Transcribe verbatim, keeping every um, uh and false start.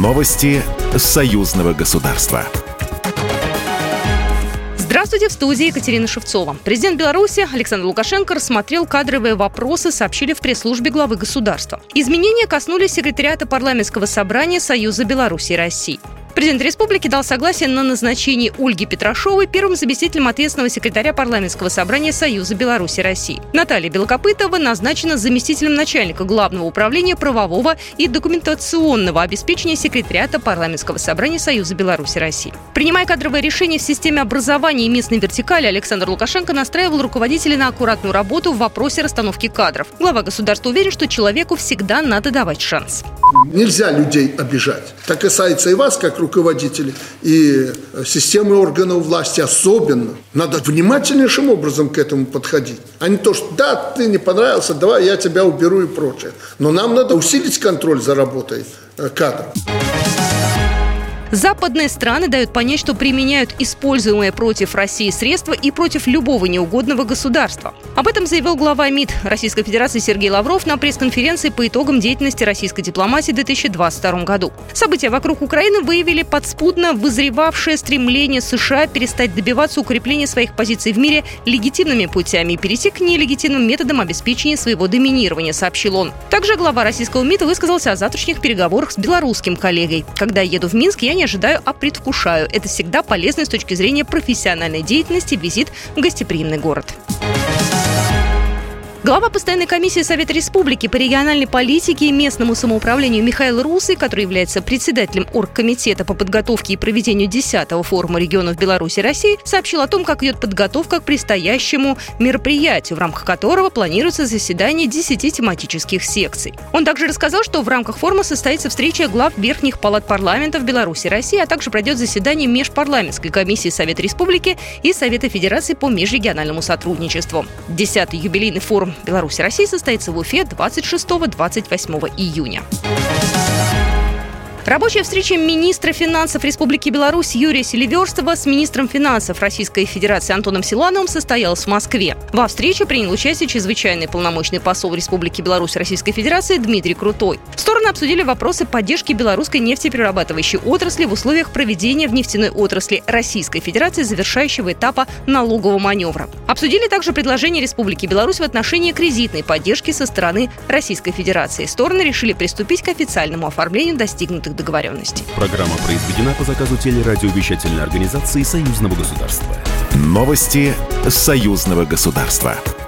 Новости союзного государства. Здравствуйте, в студии Екатерина Шевцова. Президент Беларуси Александр Лукашенко рассмотрел кадровые вопросы, сообщили в пресс-службе главы государства. Изменения коснулись секретариата парламентского собрания Союза Беларуси и России. Президент республики дал согласие на назначение Ольги Петрашовой первым заместителем ответственного секретаря парламентского собрания Союза Беларуси и России. Наталья Белокопытова назначена заместителем начальника Главного управления правового и документационного обеспечения секретариата парламентского собрания Союза Беларуси и России. Принимая кадровые решения в системе образования и местной вертикали, Александр Лукашенко настраивал руководителей на аккуратную работу в вопросе расстановки кадров. Глава государства уверен, что человеку всегда надо давать шанс. Нельзя людей обижать. Это касается и вас, как руководителей, и системы органов власти особенно. Надо внимательнейшим образом к этому подходить. А не то, что да, ты не понравился, давай я тебя уберу и прочее. Но нам надо усилить контроль за работой кадров. Западные страны дают понять, что применяют используемые против России средства и против любого неугодного государства. Об этом заявил глава МИД Российской Федерации Сергей Лавров на пресс-конференции по итогам деятельности российской дипломатии в две тысячи двадцать втором году. События вокруг Украины выявили подспудно вызревавшее стремление США перестать добиваться укрепления своих позиций в мире легитимными путями и перейти к нелегитимным методам обеспечения своего доминирования, сообщил он. Также глава российского МИД высказался о завтрашних переговорах с белорусским коллегой. «Когда я еду в Минск, я не ожидаю, а предвкушаю. Это всегда полезно с точки зрения профессиональной деятельности визит в гостеприимный город». Глава постоянной комиссии Совета Республики по региональной политике и местному самоуправлению Михаил Русый, который является председателем оргкомитета по подготовке и проведению десятого форума регионов Беларуси и России, сообщил о том, как идет подготовка к предстоящему мероприятию, в рамках которого планируется заседание десяти тематических секций. Он также рассказал, что в рамках форума состоится встреча глав верхних палат парламентов Беларуси и России, а также пройдет заседание межпарламентской комиссии Совета Республики и Совета Федерации по межрегиональному сотрудничеству. Десятый юбилейный форум Беларусь и Россия состоится в Уфе двадцать шестого — двадцать восьмого июня. Рабочая встреча министра финансов Республики Беларусь Юрия Селиверстова с министром финансов Российской Федерации Антоном Силановым состоялась в Москве. Во встрече принял участие чрезвычайный полномочный посол Республики Беларусь Российской Федерации Дмитрий Крутой. Стороны обсудили вопросы поддержки белорусской нефтеперерабатывающей отрасли в условиях проведения в нефтяной отрасли Российской Федерации завершающего этапа налогового маневра. Обсудили также предложения Республики Беларусь в отношении кредитной поддержки со стороны Российской Федерации. Стороны решили приступить к официальному оформлению достигнутых договоренностей. Программа произведена по заказу телерадиовещательной организации Союзного государства. Новости союзного государства.